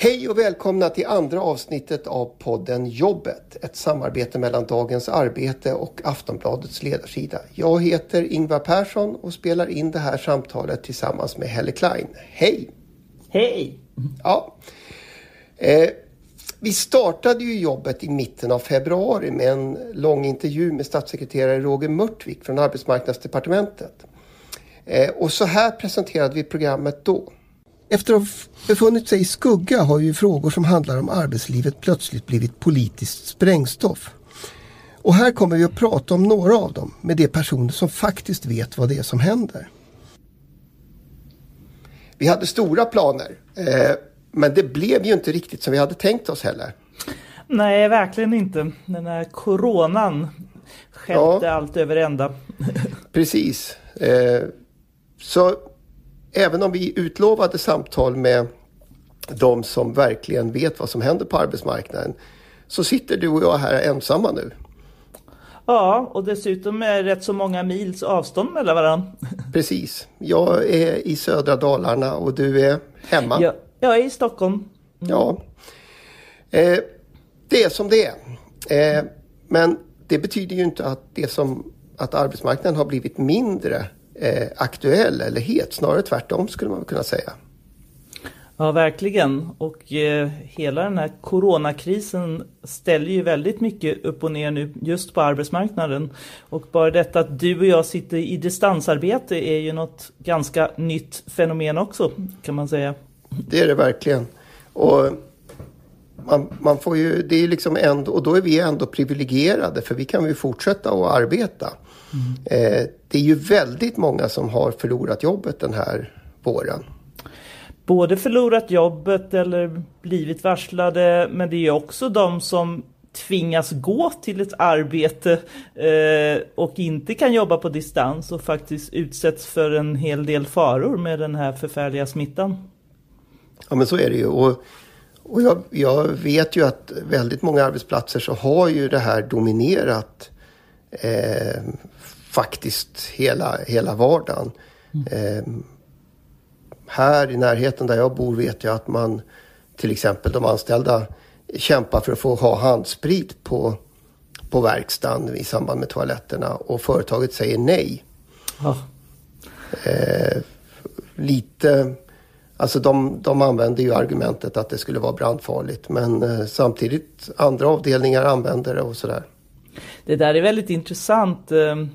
Hej och välkomna till andra avsnittet av podden Jobbet. Ett samarbete mellan Dagens Arbete och Aftonbladets ledarsida. Jag heter Ingvar Persson och spelar in det här samtalet tillsammans med Helle Klein. Hej! Hej! Ja. Vi startade ju Jobbet i mitten av februari med en lång intervju med statssekreterare Roger Mörtvik från Arbetsmarknadsdepartementet. Och så här presenterade vi programmet då. Efter att ha befunnit sig i skugga har ju frågor som handlar om arbetslivet plötsligt blivit politiskt sprängstoff. Och här kommer vi att prata om några av dem med de personer som faktiskt vet vad det är som händer. Vi hade stora planer, men det blev ju inte riktigt som vi hade tänkt oss heller. Nej, verkligen inte. Den här coronan skällde allt över ända. Precis. Så även om vi utlovade samtal med de som verkligen vet vad som händer på arbetsmarknaden, så sitter du och jag här ensamma nu. Ja, och dessutom är rätt så många mils avstånd mellan varandra. Precis. Jag är i södra Dalarna och du är hemma. Ja, jag är i Stockholm. Ja. Det är som det är. Men det betyder ju inte att arbetsmarknaden har blivit mindre aktuell eller het. Snarare tvärtom skulle man kunna säga. Ja, verkligen. Och hela den här coronakrisen ställer ju väldigt mycket upp och ner nu just på arbetsmarknaden. Och bara detta att du och jag sitter i distansarbete är ju något ganska nytt fenomen också, kan man säga. Det är det verkligen. Och man får ju, det är liksom ändå, och då är vi ändå privilegierade för vi kan ju fortsätta att arbeta. Det är ju väldigt många som har förlorat jobbet den här våren. Både förlorat jobbet eller blivit varslade, men det är också de som tvingas gå till ett arbete och inte kan jobba på distans och faktiskt utsätts för en hel del faror med den här förfärliga smittan. Ja, men så är det ju. Och jag vet ju att väldigt många arbetsplatser så har ju det här dominerat faktiskt hela vardagen. Här i närheten där jag bor vet jag att man, till exempel de anställda, kämpar för att få ha handsprit på verkstaden i samband med toaletterna och företaget säger nej. Ja. Alltså de använder ju argumentet att det skulle vara brandfarligt, men samtidigt andra avdelningar använder det och sådär. Det där är väldigt intressant.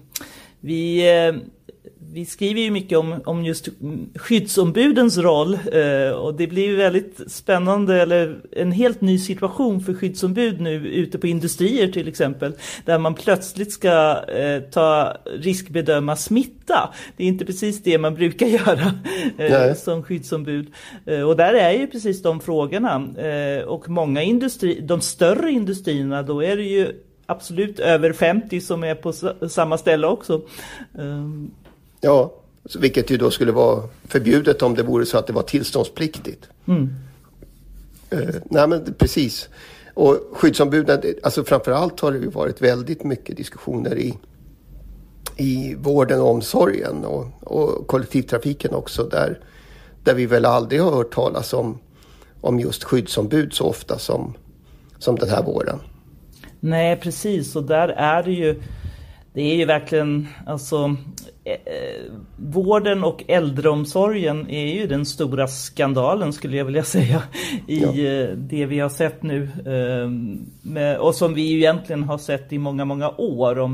Vi skriver ju mycket om just skyddsombudens roll och det blir ju väldigt spännande, eller en helt ny situation för skyddsombud nu ute på industrier till exempel, där man plötsligt ska riskbedöma smitta. Det är inte precis det man brukar göra som skyddsombud. Och där är ju precis de frågorna. Och många de större industrierna, då är det ju absolut över 50 som är på samma ställe också. Ja, vilket ju då skulle vara förbjudet om det vore så att det var tillståndspliktigt. Nej men precis. Och skyddsombuden, alltså framförallt har det ju varit väldigt mycket diskussioner i vården och omsorgen och kollektivtrafiken också, där vi väl aldrig har hört talas om just skyddsombud så ofta som den här våren. Nej, precis. Och där är det är ju verkligen, alltså vården och äldreomsorgen är ju den stora skandalen, skulle jag vilja säga, i det vi har sett nu. Och som vi ju egentligen har sett i många, många år, om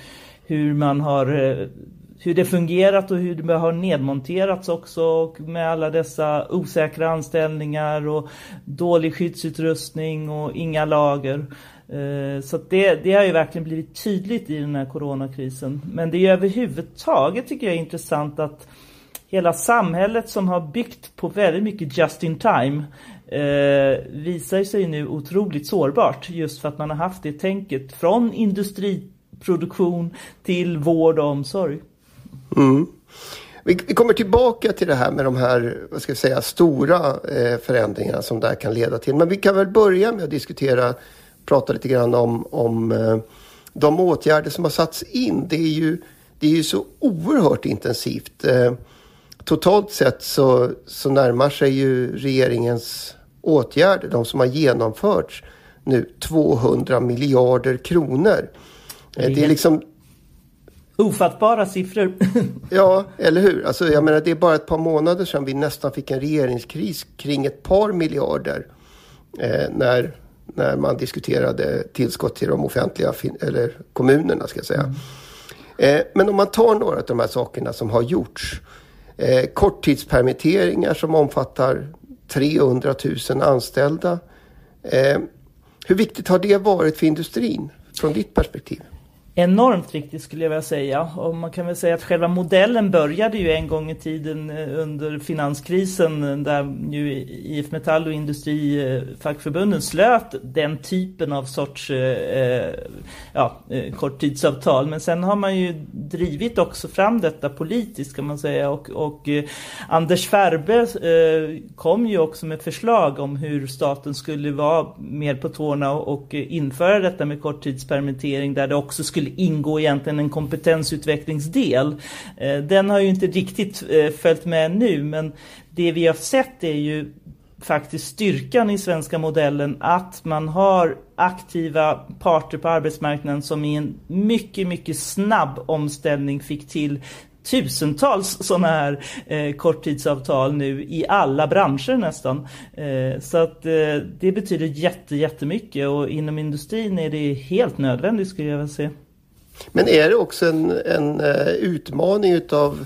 hur det fungerat och hur det har nedmonterats också, och med alla dessa osäkra anställningar och dålig skyddsutrustning och inga lager. Så det har ju verkligen blivit tydligt i den här coronakrisen. Men det är överhuvudtaget, tycker jag, är intressant att hela samhället som har byggt på väldigt mycket just in time visar sig nu otroligt sårbart, just för att man har haft det tänket från industriproduktion till vård och omsorg. Vi kommer tillbaka till det här med de här, vad ska jag säga, stora förändringarna som det här kan leda till. Men vi kan väl börja med att prata lite grann om de åtgärder som har satts in. Det är ju så oerhört intensivt. Totalt sett så närmar sig ju regeringens åtgärder, de som har genomförts nu, 200 miljarder kronor. Det är liksom ofattbara siffror. Ja, eller hur? Alltså, jag menar, det är bara ett par månader sedan vi nästan fick en regeringskris kring ett par miljarder när man diskuterade tillskott till de offentliga eller kommunerna, ska jag säga. Men om man tar några av de här sakerna som har gjorts, korttidspermitteringar som omfattar 300 000 anställda. Hur viktigt har det varit för industrin från ditt perspektiv? Enormt viktigt skulle jag vilja säga. Och man kan väl säga att själva modellen började ju en gång i tiden under finanskrisen, där ju IF Metall och Industrifackförbunden slöt den typen av sorts korttidsavtal. Men sen har man ju drivit också fram detta politiskt, kan man säga. Och Anders Ferbe kom ju också med förslag om hur staten skulle vara mer på tårna och införa detta med korttidspermittering, där det också skulle ingå egentligen en kompetensutvecklingsdel. Den har ju inte riktigt följt med nu, men det vi har sett är ju faktiskt styrkan i svenska modellen, att man har aktiva parter på arbetsmarknaden som i en mycket, mycket snabb omställning fick till tusentals sådana här korttidsavtal nu i alla branscher nästan. Så att det betyder jättemycket, och inom industrin är det helt nödvändigt, skulle jag vilja säga. Men är det också en utmaning utav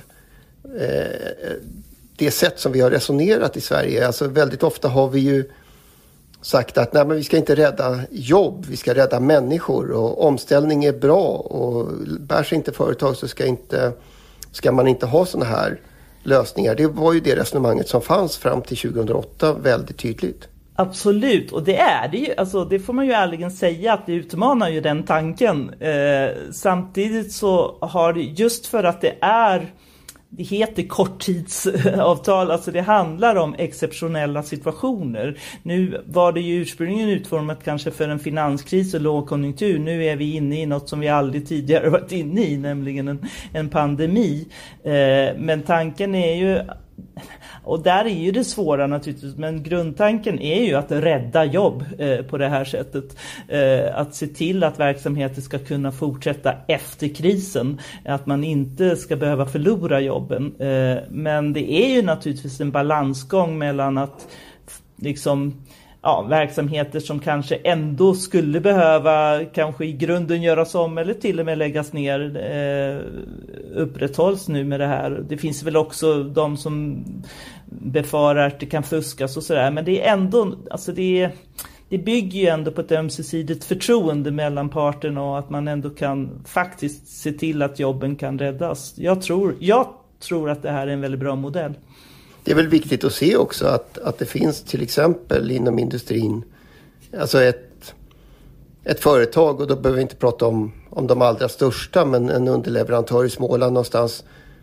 det sätt som vi har resonerat i Sverige? Alltså väldigt ofta har vi ju sagt att nej, men vi ska inte rädda jobb, vi ska rädda människor, och omställning är bra, och bär sig inte företag så ska man inte ha såna här lösningar. Det var ju det resonemanget som fanns fram till 2008 väldigt tydligt. Absolut, och det är det ju, alltså det får man ju ärligen säga, att det utmanar ju den tanken. Samtidigt så har det, just för att det heter korttidsavtal, alltså det handlar om exceptionella situationer. Nu var det ju ursprungligen utformat kanske för en finanskris och lågkonjunktur. Nu är vi inne i något som vi aldrig tidigare varit inne i, nämligen en pandemi. Men tanken är ju, och där är ju det svåra naturligtvis, men grundtanken är ju att rädda jobb på det här sättet. Att se till att verksamheter ska kunna fortsätta efter krisen, att man inte ska behöva förlora jobben. Men det är ju naturligtvis en balansgång mellan att liksom, verksamheter som kanske ändå skulle behöva kanske i grunden göras om eller till och med läggas ner upprätthålls nu med det här. Det finns väl också de som befarar att det kan fuskas och sådär, men det är ändå, alltså det bygger ju ändå på ett ömsesidigt förtroende mellan parterna, och att man ändå kan faktiskt se till att jobben kan räddas. Jag tror att det här är en väldigt bra modell. Det är väl viktigt att se också att det finns till exempel inom industrin, alltså ett företag, och då behöver vi inte prata om de allra största, men en underleverantör i Småland någonstans,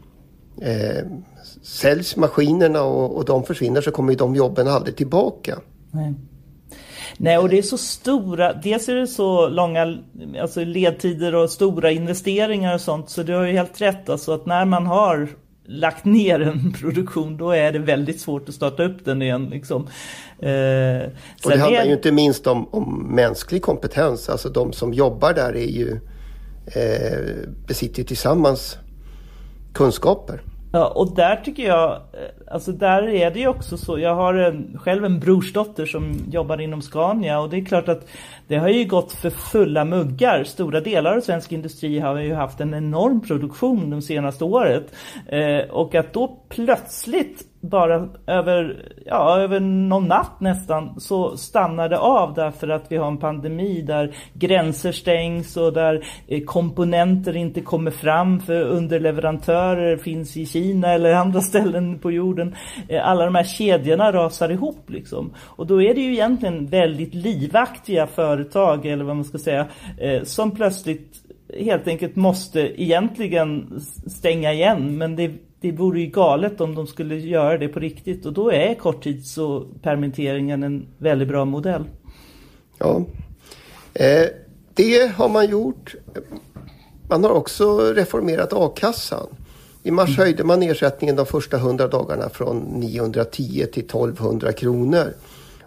säljs maskinerna och de försvinner, så kommer ju de jobben aldrig tillbaka. Nej, och det är så stora, dels är det så långa ledtider och stora investeringar och sånt, så du har ju helt rätt, alltså att när man har lagt ner en produktion, då är det väldigt svårt att starta upp den igen liksom. Och det handlar ju inte minst om mänsklig kompetens, alltså de som jobbar där är ju besitter tillsammans kunskaper. Ja, och där tycker jag, alltså där är det ju också så, jag har själv en brorsdotter som jobbar inom Scania, och det är klart att det har ju gått för fulla muggar. Stora delar av svensk industri har ju haft en enorm produktion de senaste året, och att då plötsligt bara över någon natt nästan så stannar det av, därför att vi har en pandemi där gränser stängs och där komponenter inte kommer fram, för underleverantörer finns i Kina eller andra ställen på jorden. Alla de här kedjorna rasar ihop liksom. Och då är det ju egentligen väldigt livaktiga företag, eller vad man ska säga, som plötsligt helt enkelt måste egentligen stänga igen, men det vore ju galet om de skulle göra det på riktigt, och då är korttids- och permitteringen en väldigt bra modell. Ja, det har man gjort. Man har också reformerat a-kassan. I mars höjde man ersättningen de första 100 dagarna från 910 till 1200 kronor.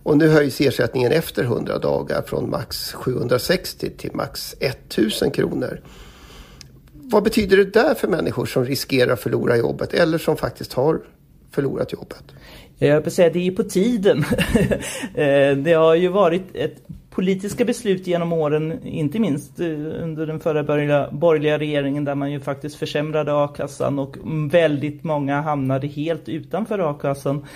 Och nu höjs ersättningen efter 100 dagar från max 760 till max 1000 kronor. Vad betyder det där för människor som riskerar att förlora jobbet eller som faktiskt har förlorat jobbet? Jag vill säga, det är på tiden. Det har ju varit ett politiska beslut genom åren, inte minst under den förra borgerliga regeringen, där man ju faktiskt försämrade a-kassan och väldigt många hamnade helt utanför a-kassan.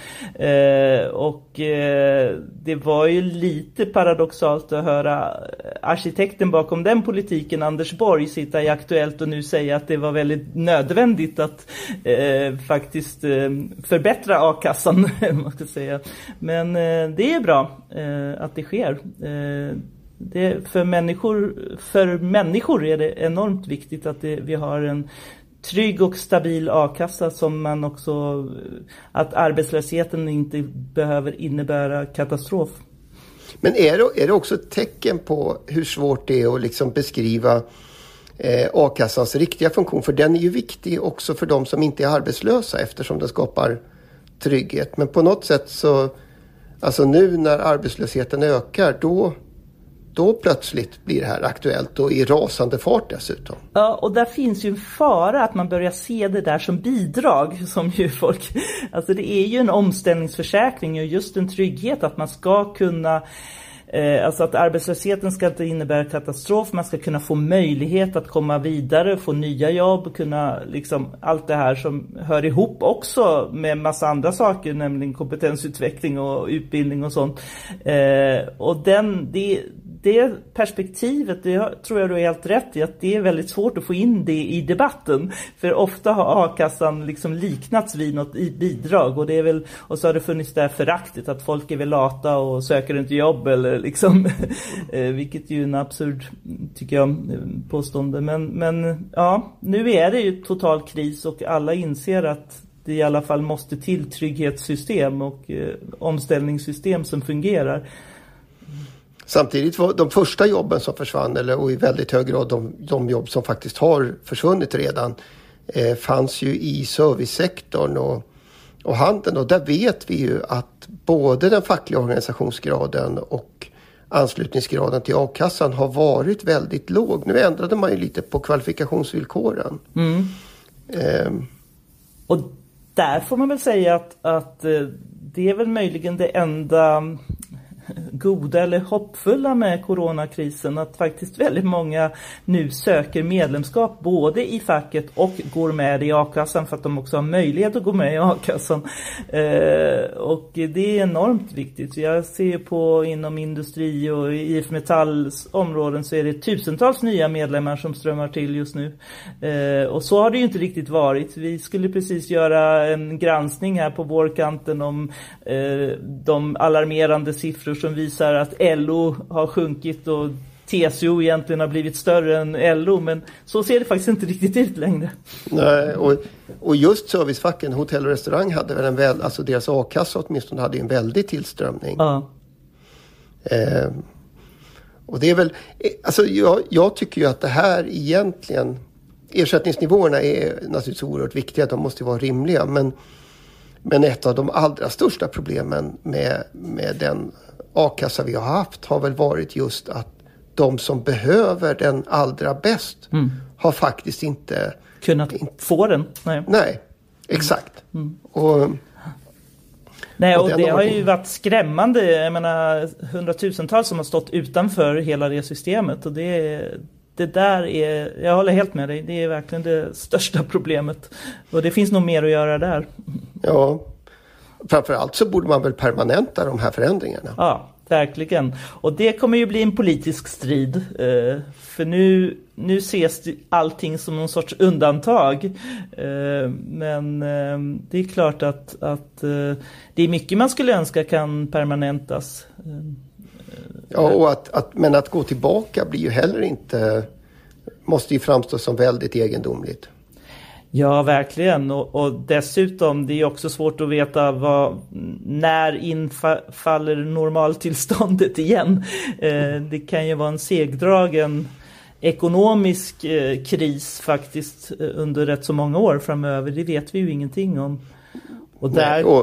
Det var ju lite paradoxalt att höra arkitekten bakom den politiken, Anders Borg, sitta i Aktuellt och nu säga att det var väldigt nödvändigt att faktiskt förbättra a-kassan, man ska säga. Men det är bra att det sker. För människor är det enormt viktigt att vi har en trygg och stabil a-kassa, som man också, att arbetslösheten inte behöver innebära katastrof. Men är det också ett tecken på hur svårt det är att liksom beskriva a-kassans riktiga funktion? För den är ju viktig också för de som inte är arbetslösa, eftersom den skapar trygghet. Men på något sätt så, alltså nu när arbetslösheten ökar, då plötsligt blir det här aktuellt och i rasande fart dessutom. Ja, och där finns ju en fara att man börjar se det där som bidrag, som ju folk, alltså det är ju en omställningsförsäkring och just en trygghet att man ska kunna, alltså att arbetslösheten ska inte innebära katastrof, man ska kunna få möjlighet att komma vidare, få nya jobb, kunna liksom allt det här som hör ihop också med massa andra saker, nämligen kompetensutveckling och utbildning och sånt. Och det perspektivet, det tror jag du är helt rätt i, att det är väldigt svårt att få in det i debatten. För ofta har a-kassan liksom liknats vid något bidrag, och det är väl, och så har det funnits där föraktigt att folk är väl lata och söker inte jobb eller liksom, vilket ju är en absurd, tycker jag, påstående. Men ja, nu är det ju total kris och alla inser att det i alla fall måste till trygghetssystem och omställningssystem som fungerar. Samtidigt var de första jobben som försvann, och i väldigt hög grad de jobb som faktiskt har försvunnit redan, fanns ju i servicesektorn och handeln. Och där vet vi ju att både den fackliga organisationsgraden och anslutningsgraden till a-kassan har varit väldigt låg. Nu ändrade man ju lite på kvalifikationsvillkoren. Och där får man väl säga att det är väl möjligen det enda goda eller hoppfulla med coronakrisen, att faktiskt väldigt många nu söker medlemskap både i facket och går med i a-kassan, för att de också har möjlighet att gå med i a-kassan. Och det är enormt viktigt. Jag ser på inom industri och IF Metalls områden så är det tusentals nya medlemmar som strömmar till just nu. Och så har det ju inte riktigt varit. Vi skulle precis göra en granskning här på vårkanten om de alarmerande siffror som visar att LO har sjunkit och TCO egentligen har blivit större än LO, men så ser det faktiskt inte riktigt ut längre. Nej, och just servicefacken, hotell och restaurang hade väl alltså deras a-kassa åtminstone hade en väldig tillströmning. Ja. Och det är väl, alltså jag tycker ju att det här egentligen, ersättningsnivåerna är naturligtvis oerhört viktiga, de måste vara rimliga, men ett av de allra största problemen med den a-kassa vi har haft har väl varit just att de som behöver den allra bäst har faktiskt inte kunnat få den. Nej, exakt. Och det har ju varit skrämmande. Jag menar, hundratusentals som har stått utanför hela det systemet, och det där är, jag håller helt med dig, det är verkligen det största problemet, och det finns nog mer att göra där. Ja, framförallt så borde man väl permanenta de här förändringarna. Ja, verkligen. Och det kommer ju bli en politisk strid. För nu ses allting som någon sorts undantag. Men det är klart att det är mycket man skulle önska kan permanentas. Ja, och men att gå tillbaka blir ju heller inte, måste ju framstå som väldigt egendomligt. Ja, verkligen. Och dessutom, det är också svårt att veta när infaller normaltillståndet igen. Det kan ju vara en segdragen ekonomisk kris faktiskt under rätt så många år framöver. Det vet vi ju ingenting om. Och där...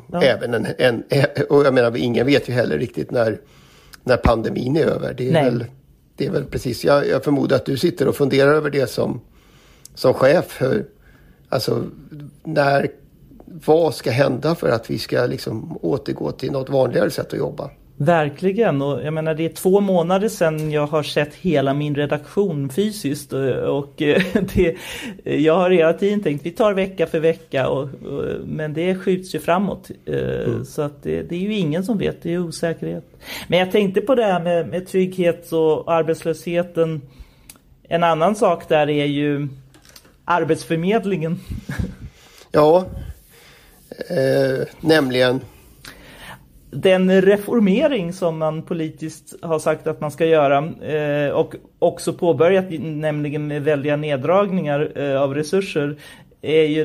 även och jag menar, ingen vet ju heller riktigt när pandemin är över. Det är väl precis, jag förmodar att du sitter och funderar över det som chef. Alltså, vad ska hända för att vi ska liksom återgå till något vanligare sätt att jobba? Verkligen, och jag menar det är 2 månader sedan jag har sett hela min redaktion fysiskt och jag har hela tiden tänkt vi tar vecka för vecka men det skjuts ju framåt så att det är ju ingen som vet, det är osäkerhet. Men jag tänkte på det här med trygghet och arbetslösheten. En annan sak där är ju Arbetsförmedlingen. Ja, nämligen den reformering som man politiskt har sagt att man ska göra och också påbörjat, nämligen med väldiga neddragningar av resurser, är ju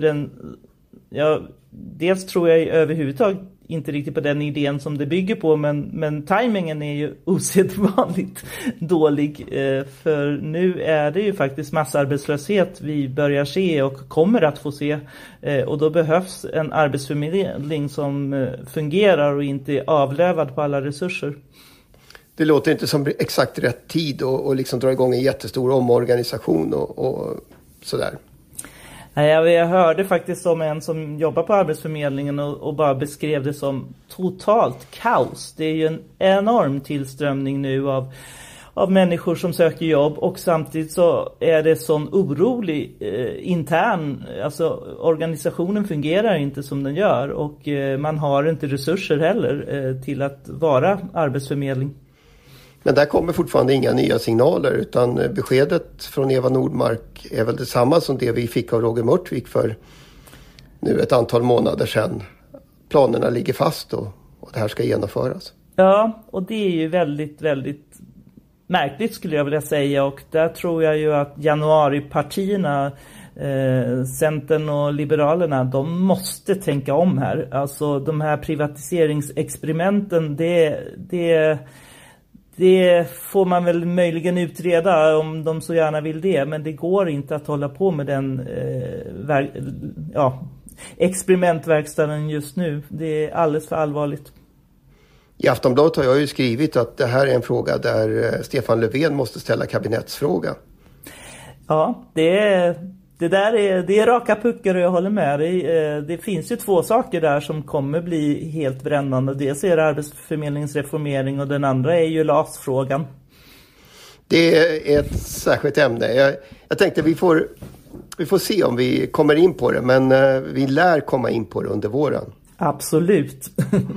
dels tror jag överhuvudtaget inte riktigt på den idén som det bygger på, men tajmingen är ju osedvanligt dålig för nu är det ju faktiskt massarbetslöshet vi börjar se och kommer att få se och då behövs en arbetsförmedling som fungerar och inte är avlövad på alla resurser. Det låter inte som exakt rätt tid och liksom dra igång en jättestor omorganisation och sådär. Jag hörde faktiskt om en som jobbar på Arbetsförmedlingen och bara beskrev det som totalt kaos. Det är ju en enorm tillströmning nu av människor som söker jobb och samtidigt så är det sån orolig intern, alltså organisationen fungerar inte som den gör och man har inte resurser heller till att vara arbetsförmedling. Men där kommer fortfarande inga nya signaler utan beskedet från Eva Nordmark är väl detsamma som det vi fick av Roger Mörtvik för nu ett antal månader sedan. Planerna ligger fast och det här ska genomföras. Ja, och det är ju väldigt, väldigt märkligt skulle jag vilja säga och där tror jag ju att januaripartierna, Centern och Liberalerna, de måste tänka om här. Alltså de här privatiseringsexperimenten, det får man väl möjligen utreda om de så gärna vill det. Men det går inte att hålla på med den experimentverkstaden just nu. Det är alldeles för allvarligt. I Aftonbladet har jag ju skrivit att det här är en fråga där Stefan Löfven måste ställa kabinettsfråga. Ja, det är raka puckar och jag håller med dig. Det finns ju 2 saker där som kommer bli helt brännande. Dels är det Arbetsförmedlingens reformering och den andra är ju LAS-frågan. Det är ett särskilt ämne. Jag tänkte vi får se om vi kommer in på det, men vi lär komma in på det under våren. Absolut.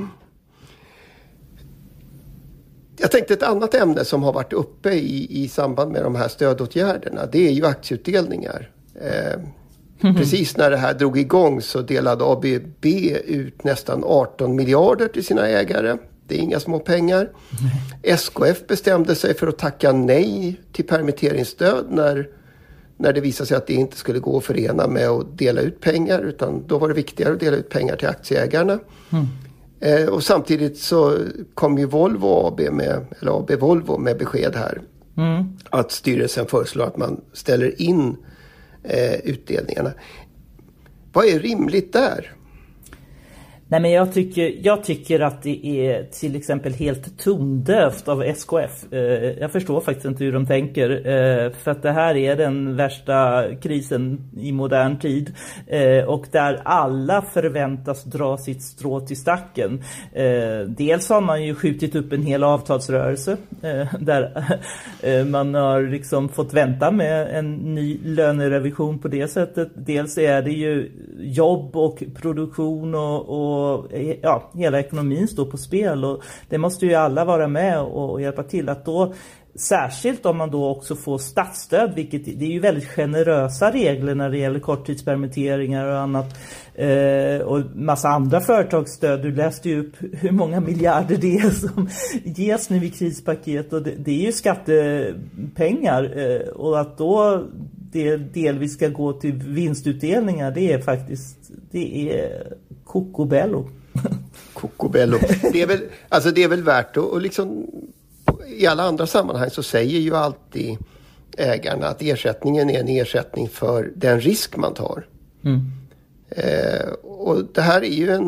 Jag tänkte ett annat ämne som har varit uppe i samband med de här stödåtgärderna, det är ju aktieutdelningar. Precis när det här drog igång så delade ABB ut nästan 18 miljarder till sina ägare. Det är inga små pengar. SKF bestämde sig för att tacka nej till permitteringsstöd när det visade sig att det inte skulle gå att förena med att dela ut pengar, utan då var det viktigare att dela ut pengar till aktieägarna. Och samtidigt så kom ju AB Volvo med besked här att styrelsen föreslår att man ställer in utdelningarna. Vad är rimligt där? Nej, men jag tycker att det är till exempel helt tondövt av SKF. Jag förstår faktiskt inte hur de tänker. För att det här är den värsta krisen i modern tid. Och där alla förväntas dra sitt strå till stacken. Dels har man ju skjutit upp en hel avtalsrörelse. Där man har liksom fått vänta med en ny lönerevision på det sättet. Dels är det ju jobb och produktion och hela ekonomin står på spel och det måste ju alla vara med och hjälpa till att då, särskilt om man då också får statsstöd, vilket det är ju väldigt generösa regler när det gäller korttidspermitteringar och annat och massa andra företagsstöd. Du läste ju upp hur många miljarder det är som ges nu i krispaket och det är ju skattepengar och att då det delvis ska gå till vinstutdelningar, det är Cocobello. Cocobello. Det är väl värt att liksom, i alla andra sammanhang så säger ju alltid ägarna att ersättningen är en ersättning för den risk man tar. Och det här är ju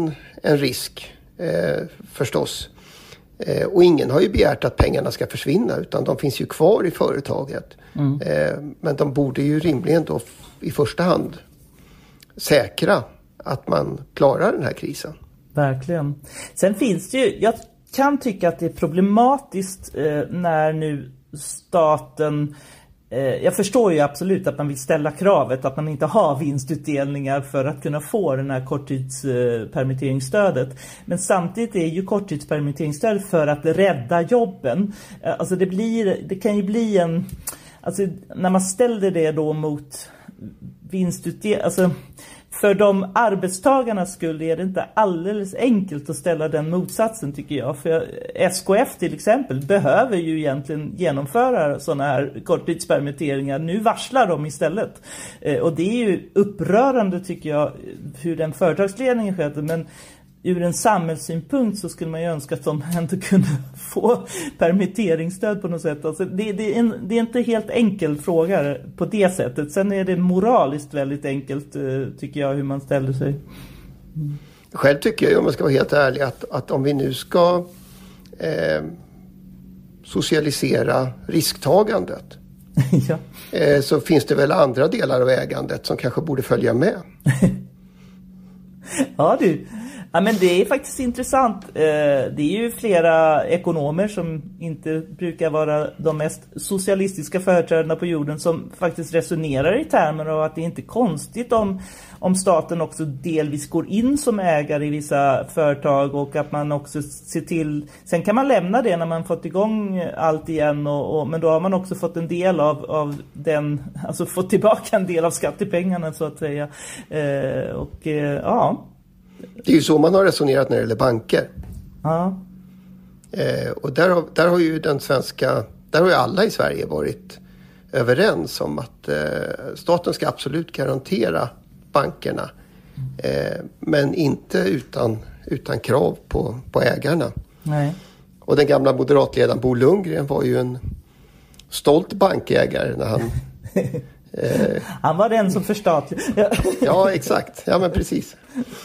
en risk förstås. Och ingen har ju begärt att pengarna ska försvinna, utan de finns ju kvar i företaget. Men de borde ju rimligen då i första hand säkra att man klarar den här krisen. Verkligen. Sen finns det ju, jag kan tycka att det är problematiskt när nu staten, jag förstår ju absolut att man vill ställa kravet att man inte har vinstutdelningar för att kunna få den här korttidspermitteringsstödet. Men samtidigt är ju korttidspermitteringsstödet för att rädda jobben. Alltså det kan ju bli en, alltså när man ställer det då mot vinstutdelning, alltså för de arbetstagarnas skull är det inte alldeles enkelt att ställa den motsatsen, tycker jag. För SKF till exempel behöver ju egentligen genomföra sådana här korttidspermitteringar. Nu varslar de istället. Och det är ju upprörande, tycker jag, hur den företagsledningen sköter. Men ur en samhällssynpunkt så skulle man ju önska att de ändå kunde få permitteringsstöd på något sätt. Alltså det är inte helt enkel fråga på det sättet. Sen är det moraliskt väldigt enkelt, tycker jag, hur man ställer sig. Själv tycker jag, om man ska vara helt ärlig, att om vi nu ska socialisera risktagandet ja. Så finns det väl andra delar av ägandet som kanske borde följa med. Ja du. Ja, men det är faktiskt intressant. Det är ju flera ekonomer som inte brukar vara de mest socialistiska företrädarna på jorden som faktiskt resonerar i termer av att det är inte konstigt om staten också delvis går in som ägare i vissa företag, och att man också ser till, sen kan man lämna det när man fått igång allt igen, men då har man också fått en del av den, alltså fått tillbaka en del av skattepengarna så att säga. Ja. Det är ju så man har resonerat när det gäller banker. Ja. Och där har ju där har ju alla i Sverige varit överens om att staten ska absolut garantera bankerna. Men inte utan krav på ägarna. Nej. Och den gamla moderatledaren Bo Lundgren var ju en stolt bankägare när han... Han var den som förstatligade. Ja, exakt. Ja, men precis.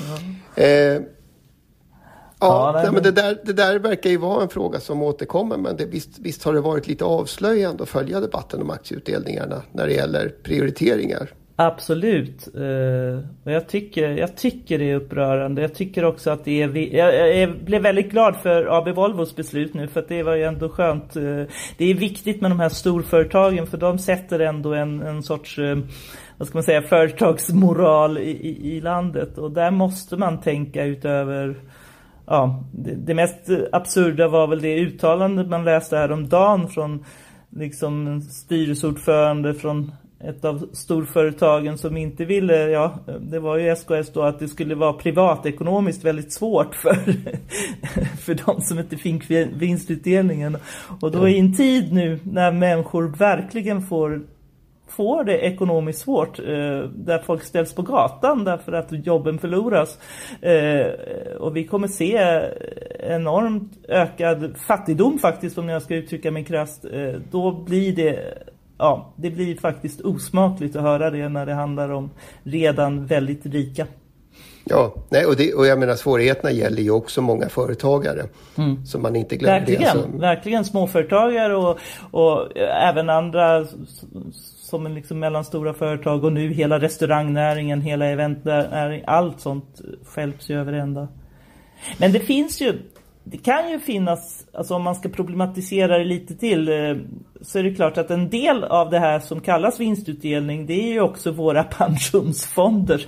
Men det där verkar ju vara en fråga som återkommer, men visst har det varit lite avslöjande att följa debatten om aktieutdelningarna när det gäller prioriteringar. Absolut. Och jag tycker det är upprörande. Jag tycker också att det är... Jag blev väldigt glad för AB Volvos beslut nu, för att det var ju ändå skönt. Det är viktigt med de här storföretagen, för de sätter ändå en sorts... vad ska man säga, företagsmoral i landet. Och där måste man tänka utöver... Ja, det mest absurda var väl det uttalandet man läste här om dagen från liksom en styrelseordförande från ett av storföretagen som inte ville, det var ju SKS då, att det skulle vara privatekonomiskt väldigt svårt för de som inte fick vinstutdelningen. Och då i en tid nu när människor verkligen får det ekonomiskt svårt, där folk ställs på gatan därför att jobben förloras, och vi kommer se enormt ökad fattigdom faktiskt, om jag ska uttrycka mig krasst, då blir det blir faktiskt osmakligt att höra det när det handlar om redan väldigt rika. Ja, nej, och jag menar, svårigheterna gäller ju också många företagare som man inte glömmer. Verkligen småföretagare och även andra som liksom mellanstora företag, och nu hela restaurangnäringen, hela eventnäringen, allt sånt stjälps ju över ända. Men det kan ju finnas, alltså om man ska problematisera det lite till, så är det klart att en del av det här som kallas vinstutdelning, det är ju också våra pensionsfonder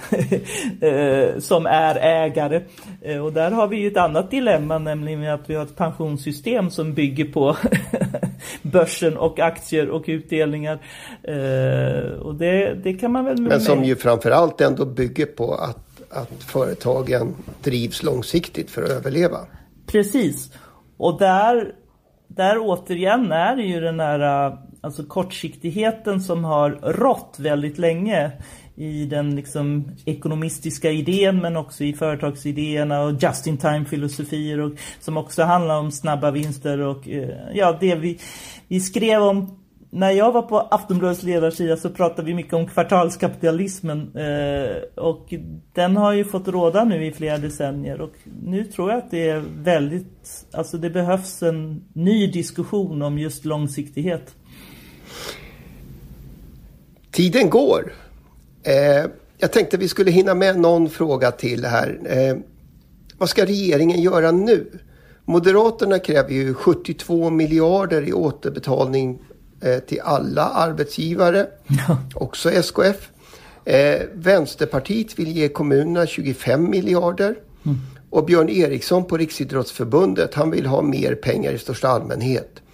som är ägare. Och där har vi ju ett annat dilemma, nämligen att vi har ett pensionssystem som bygger på börsen och aktier och utdelningar. Och det kan man väl... Men som ju framförallt ändå bygger på att företagen drivs långsiktigt för att överleva. Precis. Och där återigen är det ju den här alltså kortsiktigheten som har rått väldigt länge i den liksom ekonomistiska idén, men också i företagsidéerna och just-in-time-filosofier, och som också handlar om snabba vinster. Och det vi skrev om när jag var på Aftonbladets ledarsida så pratade vi mycket om kvartalskapitalismen och den har ju fått råda nu i flera decennier, och nu tror jag att det är alltså det behövs en ny diskussion om just långsiktighet. Tiden går. Jag tänkte vi skulle hinna med någon fråga till här. Vad ska regeringen göra nu? Moderaterna kräver ju 72 miljarder i återbetalning till alla arbetsgivare, också SKF. Vänsterpartiet vill ge kommunerna 25 miljarder. Och Björn Eriksson på Riksidrottsförbundet, han vill ha mer pengar i största allmänhet.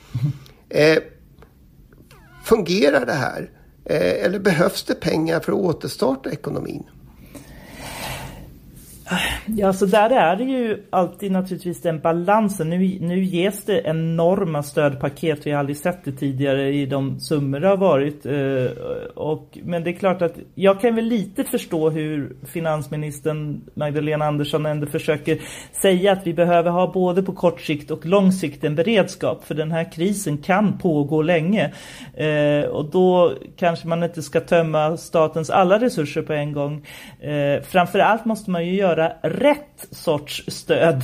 Fungerar det här? Eller behövs det pengar för att återstarta ekonomin? Ja, så där är det ju alltid naturligtvis den balansen. Nu ges det enorma stödpaket. Vi har aldrig sett det tidigare i de summor det har varit. Men det är klart att jag kan väl lite förstå hur finansministern Magdalena Andersson ändå försöker säga att vi behöver ha både på kort sikt och lång sikt en beredskap. För den här krisen kan pågå länge. Och då kanske man inte ska tömma statens alla resurser på en gång. Framförallt måste man ju göra rätt sorts stöd.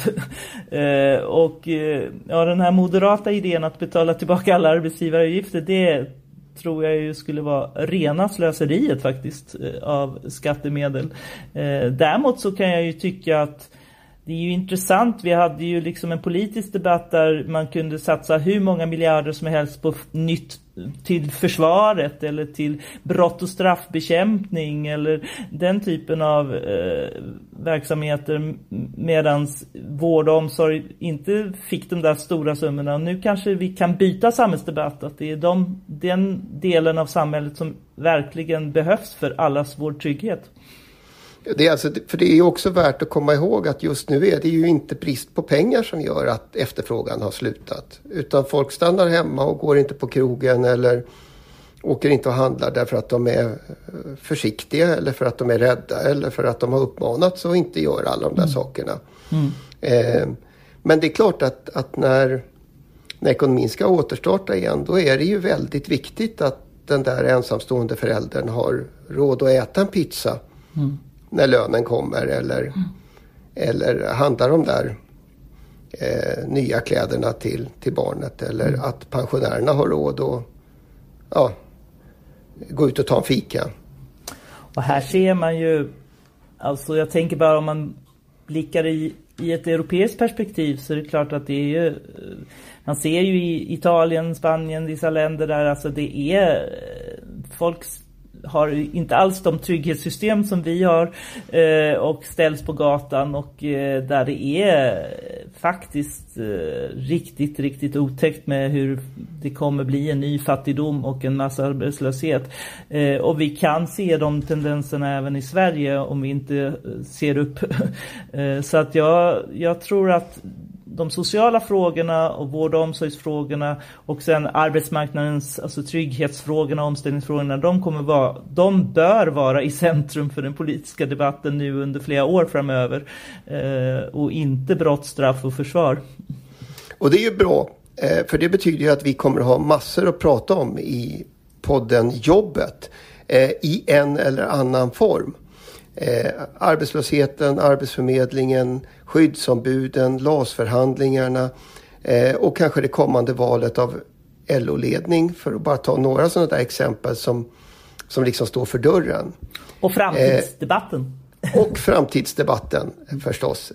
Och den här moderata idén att betala tillbaka alla arbetsgivaravgifter, det tror jag ju skulle vara rena slöseriet faktiskt av skattemedel. Däremot så kan jag ju tycka att det är ju intressant. Vi hade ju liksom en politisk debatt där man kunde satsa hur många miljarder som helst på nytt till försvaret eller till brott- och straffbekämpning eller den typen av verksamheter, medans vård och omsorg inte fick de där stora summorna. Och nu kanske vi kan byta samhällsdebatt, att det är den delen av samhället som verkligen behövs för allas vår trygghet. Det är alltså, för det är ju också värt att komma ihåg att just nu är det ju inte brist på pengar som gör att efterfrågan har slutat. Utan folk stannar hemma och går inte på krogen eller åker inte och handlar därför att de är försiktiga eller för att de är rädda eller för att de har uppmanats att inte göra alla de där sakerna. Men det är klart att när ekonomin ska återstarta igen, då är det ju väldigt viktigt att den där ensamstående föräldern har råd att äta en pizza när lönen kommer eller handlar de där nya kläderna till barnet, eller att pensionärerna har råd att gå ut och ta en fika. Och här ser man ju, alltså jag tänker bara om man blickar i ett europeiskt perspektiv, så är det klart att det är ju, man ser ju i Italien, Spanien, dessa länder där alltså det är folk har inte alls de trygghetssystem som vi har och ställs på gatan, och där det är faktiskt riktigt, riktigt otäckt med hur det kommer bli en ny fattigdom och en massa arbetslöshet. Och vi kan se de tendenserna även i Sverige om vi inte ser upp. Så att jag tror att de sociala frågorna och vård- och omsorgsfrågorna och sen arbetsmarknadens, alltså trygghetsfrågorna och omställningsfrågorna, de bör vara i centrum för den politiska debatten nu under flera år framöver, och inte brott, straff och försvar. Och det är ju bra, för det betyder ju att vi kommer att ha massor att prata om i podden Jobbet i en eller annan form. Arbetslösheten, arbetsförmedlingen, skyddsombuden, LAS-förhandlingarna och kanske det kommande valet av LO-ledning, för att bara ta några sådana där exempel som liksom står för dörren. Och framtidsdebatten. Och framtidsdebatten förstås.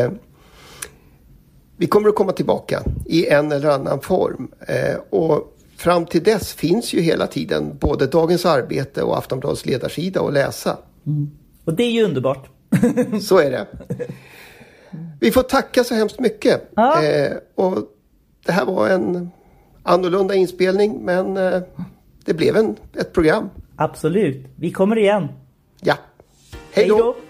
Vi kommer att komma tillbaka i en eller annan form. Och fram till dess finns ju hela tiden både Dagens Arbete och Aftonbladets ledarsida att läsa. Och det är ju underbart. Så är det. Vi får tacka så hemskt mycket. Ja. Och det här var en annorlunda inspelning, men det blev ett program. Absolut. Vi kommer igen. Ja. Hej då.